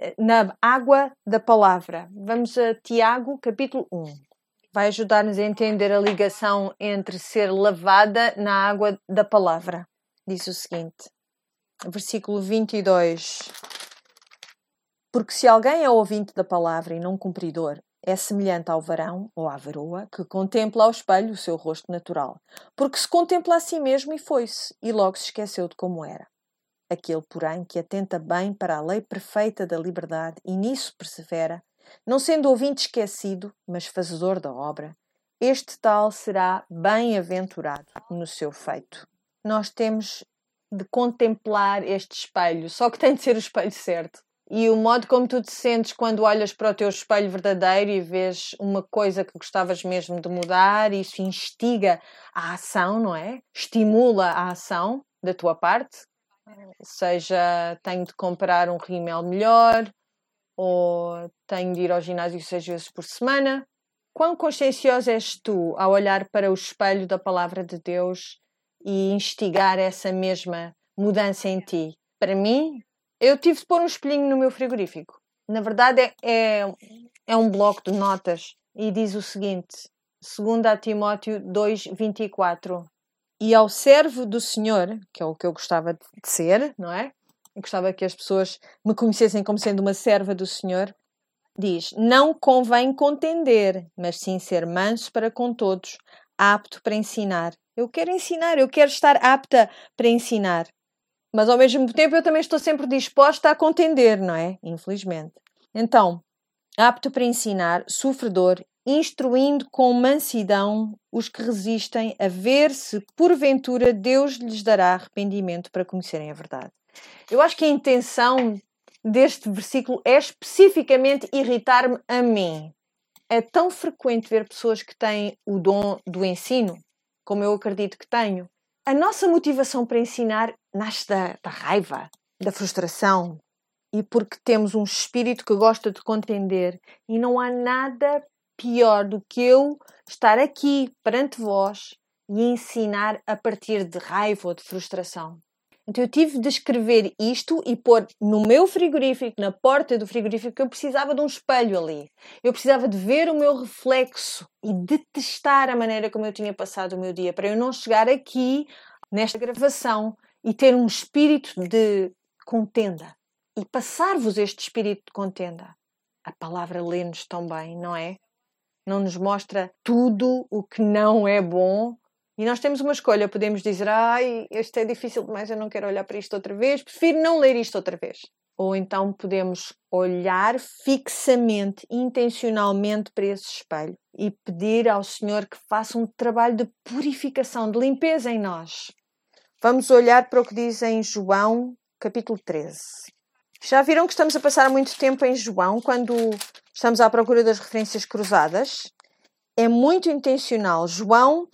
na água da palavra. Vamos a Tiago, capítulo um. Vai ajudar-nos a entender a ligação entre ser lavada na água da palavra. Diz o seguinte, versículo vinte e dois. Porque se alguém é ouvinte da palavra e não cumpridor, é semelhante ao varão ou à varoa que contempla ao espelho o seu rosto natural. Porque se contempla a si mesmo e foi-se, e logo se esqueceu de como era. Aquele, porém, que atenta bem para a lei perfeita da liberdade e nisso persevera, não sendo ouvinte esquecido, mas fazedor da obra, este tal será bem-aventurado no seu feito. Nós temos de contemplar este espelho, só que tem de ser o espelho certo. E o modo como tu te sentes quando olhas para o teu espelho verdadeiro e vês uma coisa que gostavas mesmo de mudar, isso instiga a ação, não é? Estimula a ação da tua parte. Seja, tenho de comprar um rímel melhor, ou tenho de ir ao ginásio seis vezes por semana. Quão consciencioso és tu ao olhar para o espelho da palavra de Deus e instigar essa mesma mudança em ti? Para mim, eu tive de pôr um espelhinho no meu frigorífico. Na verdade, é, é, é um bloco de notas e diz o seguinte, segundo Timóteo dois, vinte e quatro. E ao servo do Senhor, que é o que eu gostava de ser, não é? Eu gostava que as pessoas me conhecessem como sendo uma serva do Senhor, diz, não convém contender, mas sim ser manso para com todos, apto para ensinar. Eu quero ensinar, eu quero estar apta para ensinar. Mas ao mesmo tempo eu também estou sempre disposta a contender, não é? Infelizmente. Então, apto para ensinar, sofredor, instruindo com mansidão os que resistem, a ver se porventura Deus lhes dará arrependimento para conhecerem a verdade. Eu acho que a intenção deste versículo é especificamente irritar-me a mim. É tão frequente ver pessoas que têm o dom do ensino, como eu acredito que tenho. A nossa motivação para ensinar nasce da, da raiva, da frustração e porque temos um espírito que gosta de contender. E não há nada pior do que eu estar aqui perante vós e ensinar a partir de raiva ou de frustração. Então eu tive de escrever isto e pôr no meu frigorífico, na porta do frigorífico, que eu precisava de um espelho ali. Eu precisava de ver o meu reflexo e detestar a maneira como eu tinha passado o meu dia, para eu não chegar aqui, nesta gravação, e ter um espírito de contenda. E passar-vos este espírito de contenda. A palavra lê-nos tão bem, não é? Não nos mostra tudo o que não é bom. E nós temos uma escolha, podemos dizer, ai, isto é difícil demais, eu não quero olhar para isto outra vez, prefiro não ler isto outra vez. Ou então podemos olhar fixamente, intencionalmente para esse espelho e pedir ao Senhor que faça um trabalho de purificação, de limpeza em nós. Vamos olhar para o que diz em João, capítulo treze. Já viram que estamos a passar muito tempo em João, quando estamos à procura das referências cruzadas? É muito intencional. João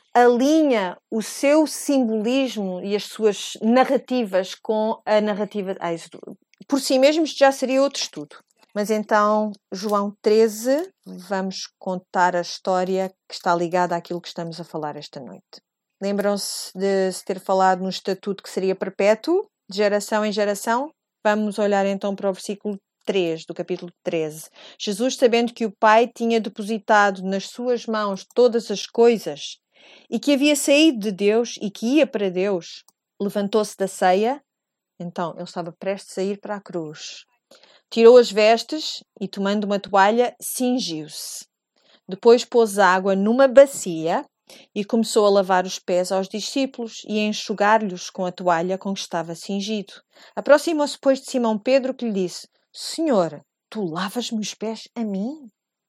alinha o seu simbolismo e as suas narrativas com a narrativa de Êxodo. Por si mesmo isto já seria outro estudo. Mas então, João treze, vamos contar a história que está ligada àquilo que estamos a falar esta noite. Lembram-se de se ter falado no estatuto que seria perpétuo, de geração em geração? Vamos olhar então para o versículo três, do capítulo treze. Jesus, sabendo que o Pai tinha depositado nas suas mãos todas as coisas, e que havia saído de Deus e que ia para Deus, levantou-se da ceia. Então, ele estava prestes a ir para a cruz. Tirou as vestes e, tomando uma toalha, cingiu-se. Depois pôs água numa bacia e começou a lavar os pés aos discípulos e a enxugar-lhes com a toalha com que estava cingido. Aproximou-se, pois, de Simão Pedro, que lhe disse, Senhor, tu lavas-me os pés a mim?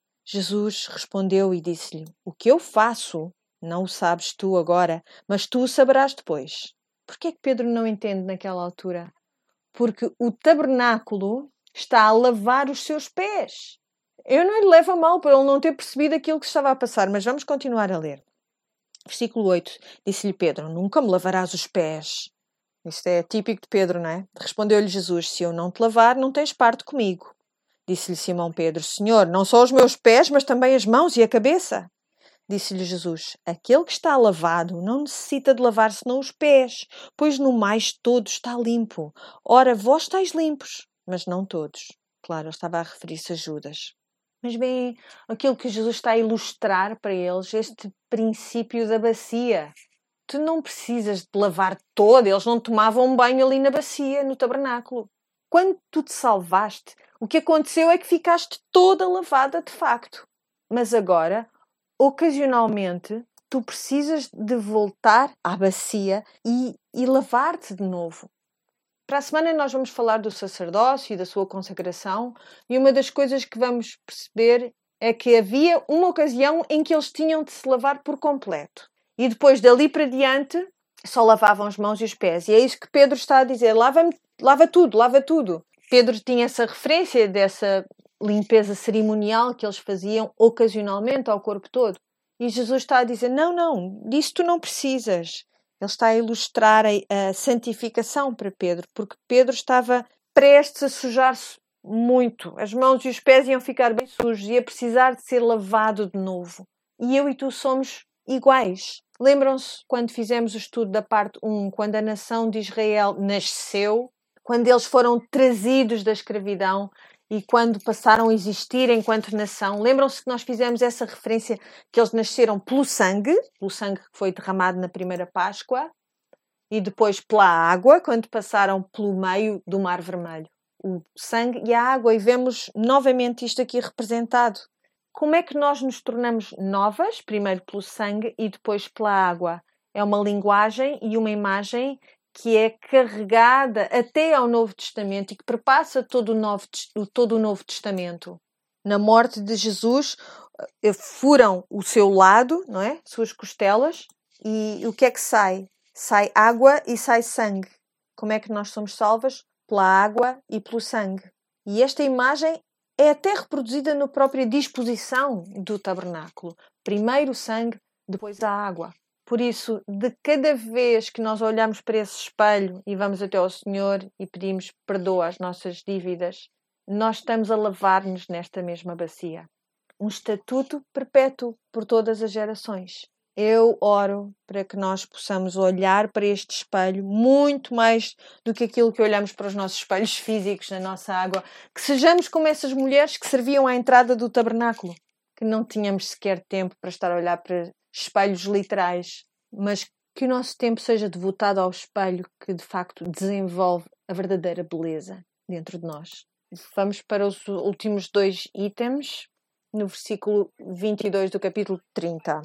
Jesus respondeu e disse-lhe, o que eu faço não o sabes tu agora, mas tu o saberás depois. Porquê é que Pedro não entende naquela altura? Porque o tabernáculo está a lavar os seus pés. Eu não lhe levo a mal por ele não ter percebido aquilo que estava a passar, mas vamos continuar a ler. Versículo oito. Disse-lhe Pedro, nunca me lavarás os pés. Isto é típico de Pedro, não é? Respondeu-lhe Jesus, se eu não te lavar, não tens parte comigo. Disse-lhe Simão Pedro, Senhor, não só os meus pés, mas também as mãos e a cabeça. Disse-lhe Jesus, aquele que está lavado não necessita de lavar senão os pés, pois no mais todo está limpo. Ora, vós estáis limpos, mas não todos. Claro, ele estava a referir-se a Judas. Mas bem, aquilo que Jesus está a ilustrar para eles, este princípio da bacia. Tu não precisas de lavar toda, eles não tomavam um banho ali na bacia, no tabernáculo. Quando tu te salvaste, o que aconteceu é que ficaste toda lavada de facto. Mas agora, ocasionalmente, tu precisas de voltar à bacia e, e lavar-te de novo. Para a semana nós vamos falar do sacerdócio e da sua consagração, e uma das coisas que vamos perceber é que havia uma ocasião em que eles tinham de se lavar por completo. E depois dali para diante só lavavam as mãos e os pés. E é isso que Pedro está a dizer. Lava-me, lava tudo, lava tudo. Pedro tinha essa referência dessa limpeza cerimonial que eles faziam ocasionalmente ao corpo todo. E Jesus está a dizer, não, não, disso tu não precisas. Ele está a ilustrar a, a santificação para Pedro, porque Pedro estava prestes a sujar-se muito. As mãos e os pés iam ficar bem sujos, ia precisar de ser lavado de novo. E eu e tu somos iguais. Lembram-se quando fizemos o estudo da parte um, quando a nação de Israel nasceu, quando eles foram trazidos da escravidão e quando passaram a existir enquanto nação? Lembram-se que nós fizemos essa referência que eles nasceram pelo sangue, pelo sangue que foi derramado na primeira Páscoa, e depois pela água, quando passaram pelo meio do Mar Vermelho. O sangue e a água, e vemos novamente isto aqui representado. Como é que nós nos tornamos novas? Primeiro pelo sangue e depois pela água. É uma linguagem e uma imagem que é carregada até ao Novo Testamento e que perpassa todo o Novo, todo o Novo Testamento. Na morte de Jesus, furam o seu lado, não é? Suas costelas, e o que é que sai? Sai água e sai sangue. Como é que nós somos salvas? Pela água e pelo sangue. E esta imagem é até reproduzida na própria disposição do tabernáculo. Primeiro o sangue, depois a água. Por isso, de cada vez que nós olhamos para esse espelho e vamos até ao Senhor e pedimos perdoa as nossas dívidas, nós estamos a lavar-nos nesta mesma bacia. Um estatuto perpétuo por todas as gerações. Eu oro para que nós possamos olhar para este espelho muito mais do que aquilo que olhamos para os nossos espelhos físicos na nossa água. Que sejamos como essas mulheres que serviam à entrada do tabernáculo. Que não tínhamos sequer tempo para estar a olhar para espelhos literais, mas que o nosso tempo seja devotado ao espelho que de facto desenvolve a verdadeira beleza dentro de nós. Vamos para os últimos dois itens, no versículo vinte e dois do capítulo trinta.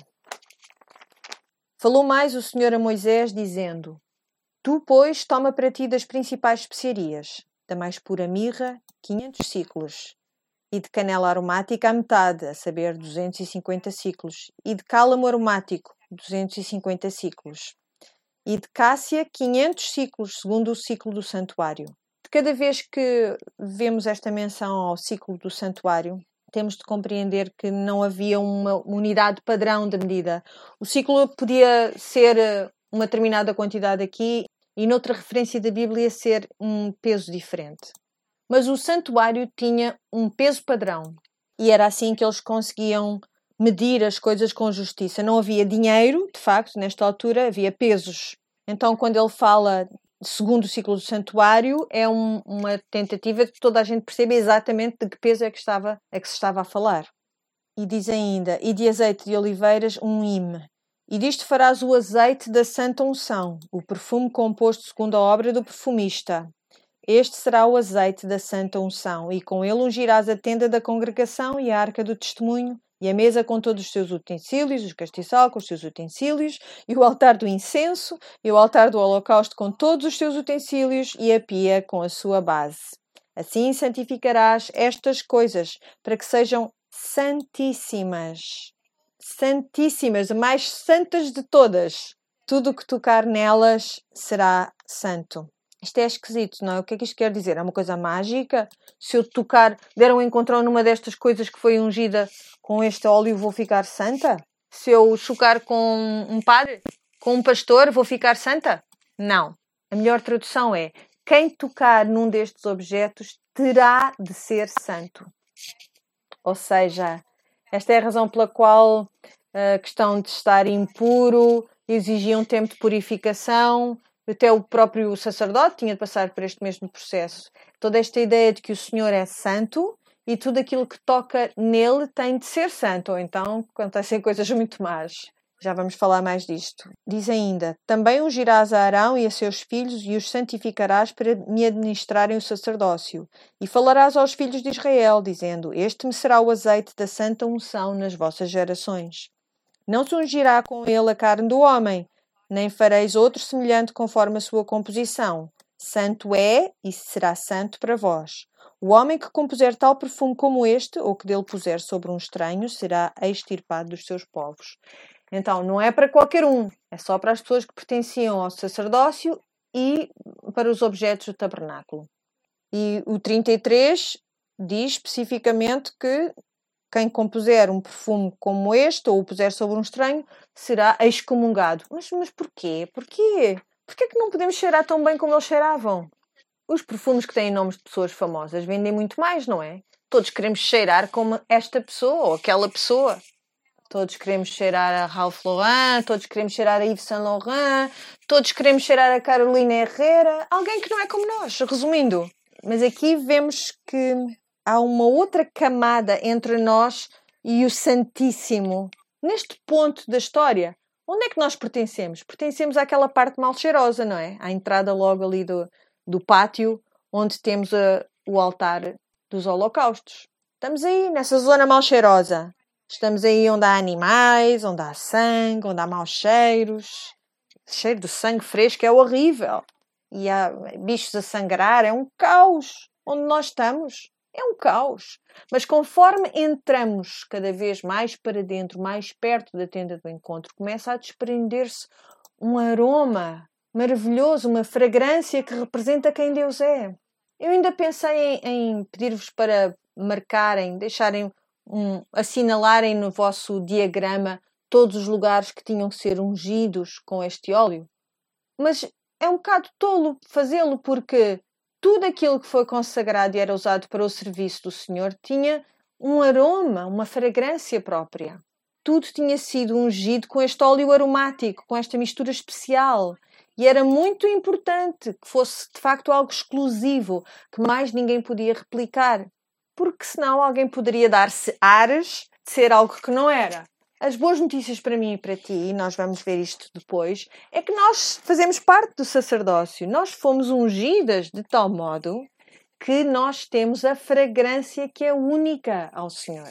Falou mais o Senhor a Moisés, dizendo: Tu, pois, toma para ti das principais especiarias, da mais pura mirra, quinhentos siclos, e de canela aromática a metade, a saber, duzentos e cinquenta siclos, e de cálamo aromático, duzentos e cinquenta siclos, e de cássia, quinhentos siclos, segundo o ciclo do santuário. De cada vez que vemos esta menção ao ciclo do santuário, temos de compreender que não havia uma unidade padrão de medida. O ciclo podia ser uma determinada quantidade aqui e noutra referência da Bíblia ser um peso diferente. Mas o santuário tinha um peso padrão e era assim que eles conseguiam medir as coisas com justiça. Não havia dinheiro, de facto, nesta altura havia pesos. Então, quando ele fala segundo o ciclo do santuário, é um, uma tentativa de que toda a gente perceba exatamente de que peso é que, estava, é que se estava a falar. E diz ainda, e de azeite de oliveiras um hime. E disto farás o azeite da santa unção, o perfume composto segundo a obra do perfumista. Este será o azeite da santa unção, e com ele ungirás a tenda da congregação e a arca do testemunho, e a mesa com todos os seus utensílios, o castiçal com os seus utensílios, e o altar do incenso, e o altar do holocausto com todos os seus utensílios, e a pia com a sua base. Assim santificarás estas coisas, para que sejam santíssimas. Santíssimas, as mais santas de todas. Tudo o que tocar nelas será santo. Isto é esquisito, não é? O que é que isto quer dizer? É uma coisa mágica? Se eu tocar, der um encontrão numa destas coisas que foi ungida com este óleo, vou ficar santa? Se eu chocar com um padre, com um pastor, vou ficar santa? Não. A melhor tradução é: quem tocar num destes objetos terá de ser santo. Ou seja, esta é a razão pela qual a questão de estar impuro exigia um tempo de purificação. Até o próprio sacerdote tinha de passar por este mesmo processo. Toda esta ideia de que o Senhor é santo e tudo aquilo que toca nele tem de ser santo. Ou então acontecem coisas muito más. Já vamos falar mais disto. Diz ainda: também ungirás a Arão e a seus filhos e os santificarás para me administrarem o sacerdócio. E falarás aos filhos de Israel, dizendo: este me será o azeite da santa unção nas vossas gerações. Não se ungirá com ele a carne do homem, nem fareis outro semelhante conforme a sua composição. Santo é e será santo para vós. O homem que compuser tal perfume como este, ou que dele puser sobre um estranho, será extirpado dos seus povos. Então, não é para qualquer um, é só para as pessoas que pertenciam ao sacerdócio e para os objetos do tabernáculo. E o trinta e três diz especificamente que quem compuser um perfume como este ou o puser sobre um estranho será excomungado. Mas, mas porquê? Porquê? Porquê que não podemos cheirar tão bem como eles cheiravam? Os perfumes que têm nomes de pessoas famosas vendem muito mais, não é? Todos queremos cheirar como esta pessoa ou aquela pessoa. Todos queremos cheirar a Ralph Lauren, todos queremos cheirar a Yves Saint Laurent, todos queremos cheirar a Carolina Herrera. Alguém que não é como nós, resumindo. Mas aqui vemos que há uma outra camada entre nós e o Santíssimo. Neste ponto da história, onde é que nós pertencemos? Pertencemos àquela parte mal cheirosa, não é? À entrada logo ali do, do pátio, onde temos a, o altar dos holocaustos. Estamos aí, nessa zona mal cheirosa. Estamos aí onde há animais, onde há sangue, onde há maus cheiros. O cheiro do sangue fresco é horrível. E há bichos a sangrar, é um caos. Onde nós estamos, é um caos. Mas conforme entramos cada vez mais para dentro, mais perto da tenda do encontro, começa a desprender-se um aroma maravilhoso, uma fragrância que representa quem Deus é. Eu ainda pensei em, em pedir-vos para marcarem, deixarem um, assinalarem no vosso diagrama todos os lugares que tinham que ser ungidos com este óleo. Mas é um bocado tolo fazê-lo, porque tudo aquilo que foi consagrado e era usado para o serviço do Senhor tinha um aroma, uma fragrância própria. Tudo tinha sido ungido com este óleo aromático, com esta mistura especial. E era muito importante que fosse de facto algo exclusivo, que mais ninguém podia replicar. Porque senão alguém poderia dar-se ares de ser algo que não era. As boas notícias para mim e para ti, e nós vamos ver isto depois, é que nós fazemos parte do sacerdócio. Nós fomos ungidas de tal modo que nós temos a fragrância que é única ao Senhor.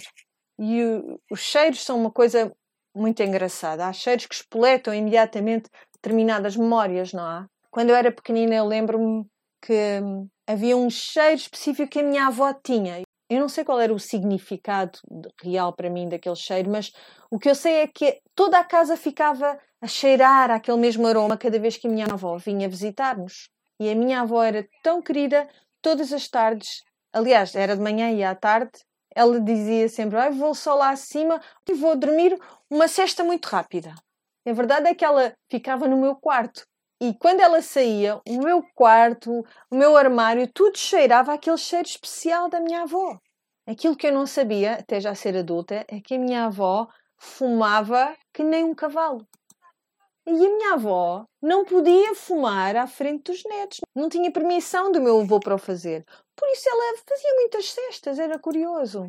E o, os cheiros são uma coisa muito engraçada. Há cheiros que espoletam imediatamente determinadas memórias, não há? Quando eu era pequenina, eu lembro-me que havia um cheiro específico que a minha avó tinha. Eu não sei qual era o significado real para mim daquele cheiro, mas o que eu sei é que toda a casa ficava a cheirar aquele mesmo aroma cada vez que a minha avó vinha visitar-nos. E a minha avó era tão querida, todas as tardes, aliás, era de manhã e à tarde, ela dizia sempre, ah, vou só lá acima e vou dormir uma cesta muito rápida. A verdade é que ela ficava no meu quarto. E quando ela saía, o meu quarto, o meu armário, tudo cheirava aquele cheiro especial da minha avó. Aquilo que eu não sabia, até já ser adulta, é que a minha avó fumava que nem um cavalo. E a minha avó não podia fumar à frente dos netos. Não tinha permissão do meu avô para o fazer. Por isso ela fazia muitas cestas, era curioso.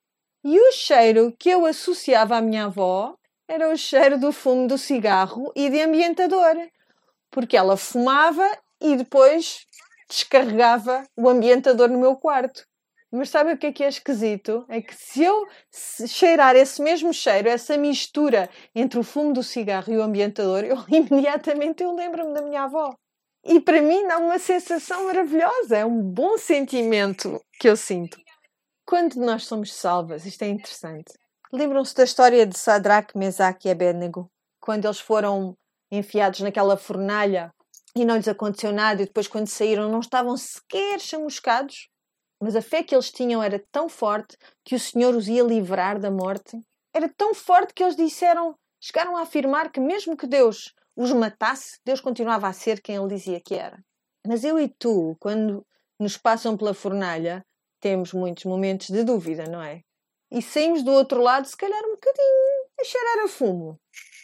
E o cheiro que eu associava à minha avó era o cheiro do fumo do cigarro e de ambientador. Porque ela fumava e depois descarregava o ambientador no meu quarto. Mas sabe o que é que é esquisito? É que se eu cheirar esse mesmo cheiro, essa mistura entre o fumo do cigarro e o ambientador, eu imediatamente eu lembro-me da minha avó. E para mim dá uma sensação maravilhosa, é um bom sentimento que eu sinto. Quando nós somos salvas, isto é interessante. Lembram-se da história de Sadraque, Mesaque e Abednego? Quando eles foram enfiados naquela fornalha e não lhes aconteceu nada, e depois quando saíram não estavam sequer chamuscados, mas a fé que eles tinham era tão forte que o Senhor os ia livrar da morte. Era tão forte que eles disseram, chegaram a afirmar que mesmo que Deus os matasse, Deus continuava a ser quem Ele dizia que era. Mas eu e tu, quando nos passam pela fornalha, temos muitos momentos de dúvida, não é? E saímos do outro lado, se calhar um bocadinho a cheirar a fumo.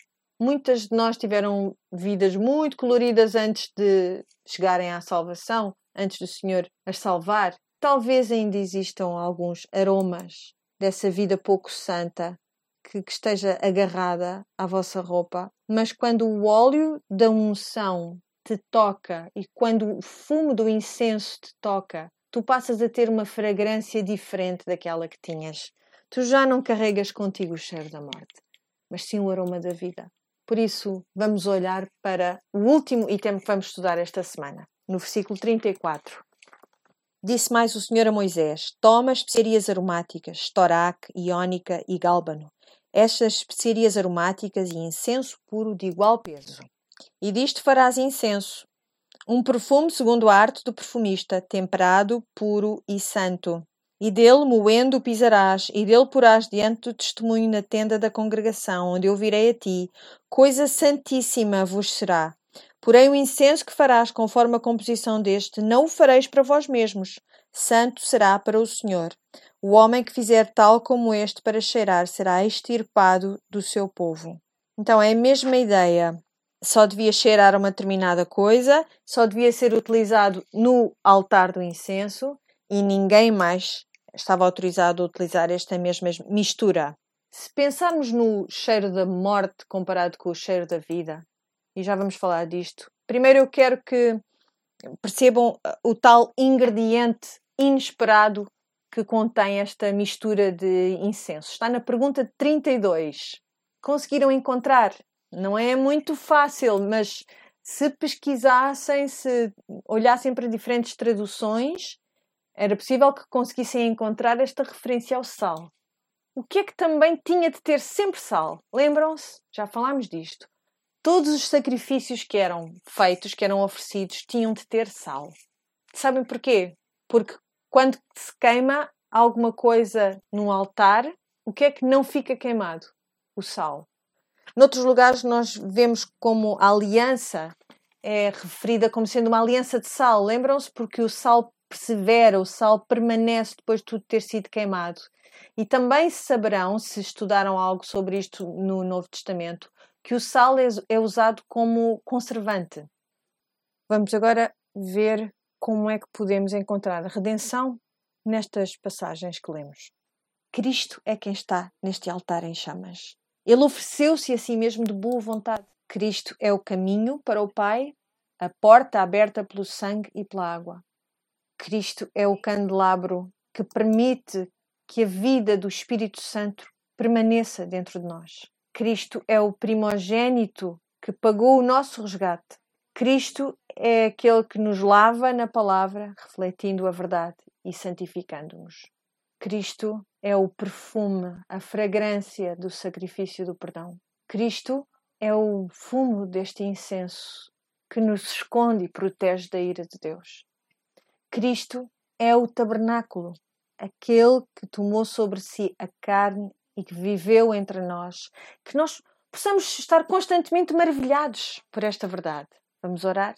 Muitas de nós tiveram vidas muito coloridas antes de chegarem à salvação, antes do Senhor as salvar. Talvez ainda existam alguns aromas dessa vida pouco santa que, que esteja agarrada à vossa roupa. Mas quando o óleo da unção te toca e quando o fumo do incenso te toca, tu passas a ter uma fragrância diferente daquela que tinhas. Tu já não carregas contigo o cheiro da morte, mas sim o aroma da vida. Por isso, vamos olhar para o último item que vamos estudar esta semana, no versículo trinta e quatro. Disse mais o Senhor a Moisés, toma especiarias aromáticas, estoraque, iónica e gálbano, estas especiarias aromáticas e incenso puro de igual peso. E disto farás incenso, um perfume segundo a arte do perfumista, temperado, puro e santo. E dele, moendo, o pisarás, e dele porás diante do testemunho na tenda da congregação, onde eu virei a ti. Coisa santíssima vos será. Porém o incenso que farás conforme a composição deste, não o fareis para vós mesmos. Santo será para o Senhor. O homem que fizer tal como este para cheirar será extirpado do seu povo. Então é a mesma ideia. Só devia cheirar uma determinada coisa, só devia ser utilizado no altar do incenso e ninguém mais estava autorizado a utilizar esta mesma mistura. Se pensarmos no cheiro da morte comparado com o cheiro da vida, e já vamos falar disto, primeiro eu quero que percebam o tal ingrediente inesperado que contém esta mistura de incenso. Está na pergunta trinta e dois. Conseguiram encontrar? Não é muito fácil, mas se pesquisassem, se olhassem para diferentes traduções, era possível que conseguissem encontrar esta referência ao sal. O que é que também tinha de ter sempre sal? Lembram-se? Já falámos disto. Todos os sacrifícios que eram feitos, que eram oferecidos, tinham de ter sal. Sabem porquê? Porque quando se queima alguma coisa num altar, o que é que não fica queimado? O sal. Noutros lugares nós vemos como a aliança é referida como sendo uma aliança de sal. Lembram-se? Porque o sal persevera, o sal permanece depois de tudo ter sido queimado. E também saberão, se estudaram algo sobre isto no Novo Testamento, que o sal é usado como conservante. Vamos agora ver como é que podemos encontrar a redenção nestas passagens que lemos. Cristo é quem está neste altar em chamas. Ele ofereceu-se a si mesmo de boa vontade. Cristo é o caminho para o Pai, a porta aberta pelo sangue e pela água. Cristo é o candelabro que permite que a vida do Espírito Santo permaneça dentro de nós. Cristo é o primogênito que pagou o nosso resgate. Cristo é aquele que nos lava na palavra, refletindo a verdade e santificando-nos. Cristo é o perfume, a fragrância do sacrifício do perdão. Cristo é o fumo deste incenso que nos esconde e protege da ira de Deus. Cristo é o tabernáculo, aquele que tomou sobre si a carne e que viveu entre nós, que nós possamos estar constantemente maravilhados por esta verdade. Vamos orar?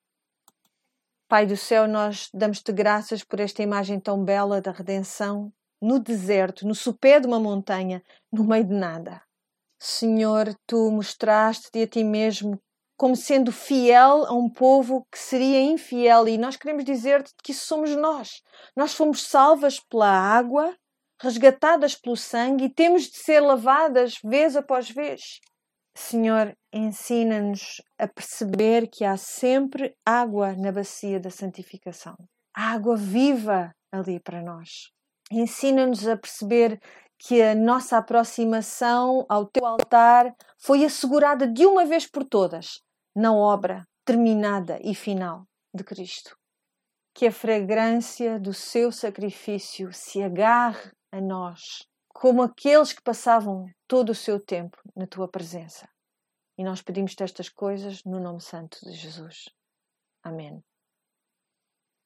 Pai do céu, nós damos-te graças por esta imagem tão bela da redenção no deserto, no sopé de uma montanha, no meio de nada. Senhor, tu mostraste-te a ti mesmo como sendo fiel a um povo que seria infiel, e nós queremos dizer-te que isso somos nós. Nós fomos salvas pela água, resgatadas pelo sangue, e temos de ser lavadas vez após vez. Senhor, ensina-nos a perceber que há sempre água na bacia da santificação. Água viva ali para nós. Ensina-nos a perceber que a nossa aproximação ao teu altar foi assegurada de uma vez por todas na obra terminada e final de Cristo. Que a fragrância do seu sacrifício se agarre a nós, como aqueles que passavam todo o seu tempo na tua presença. E nós pedimos-te estas coisas no nome santo de Jesus. Amém.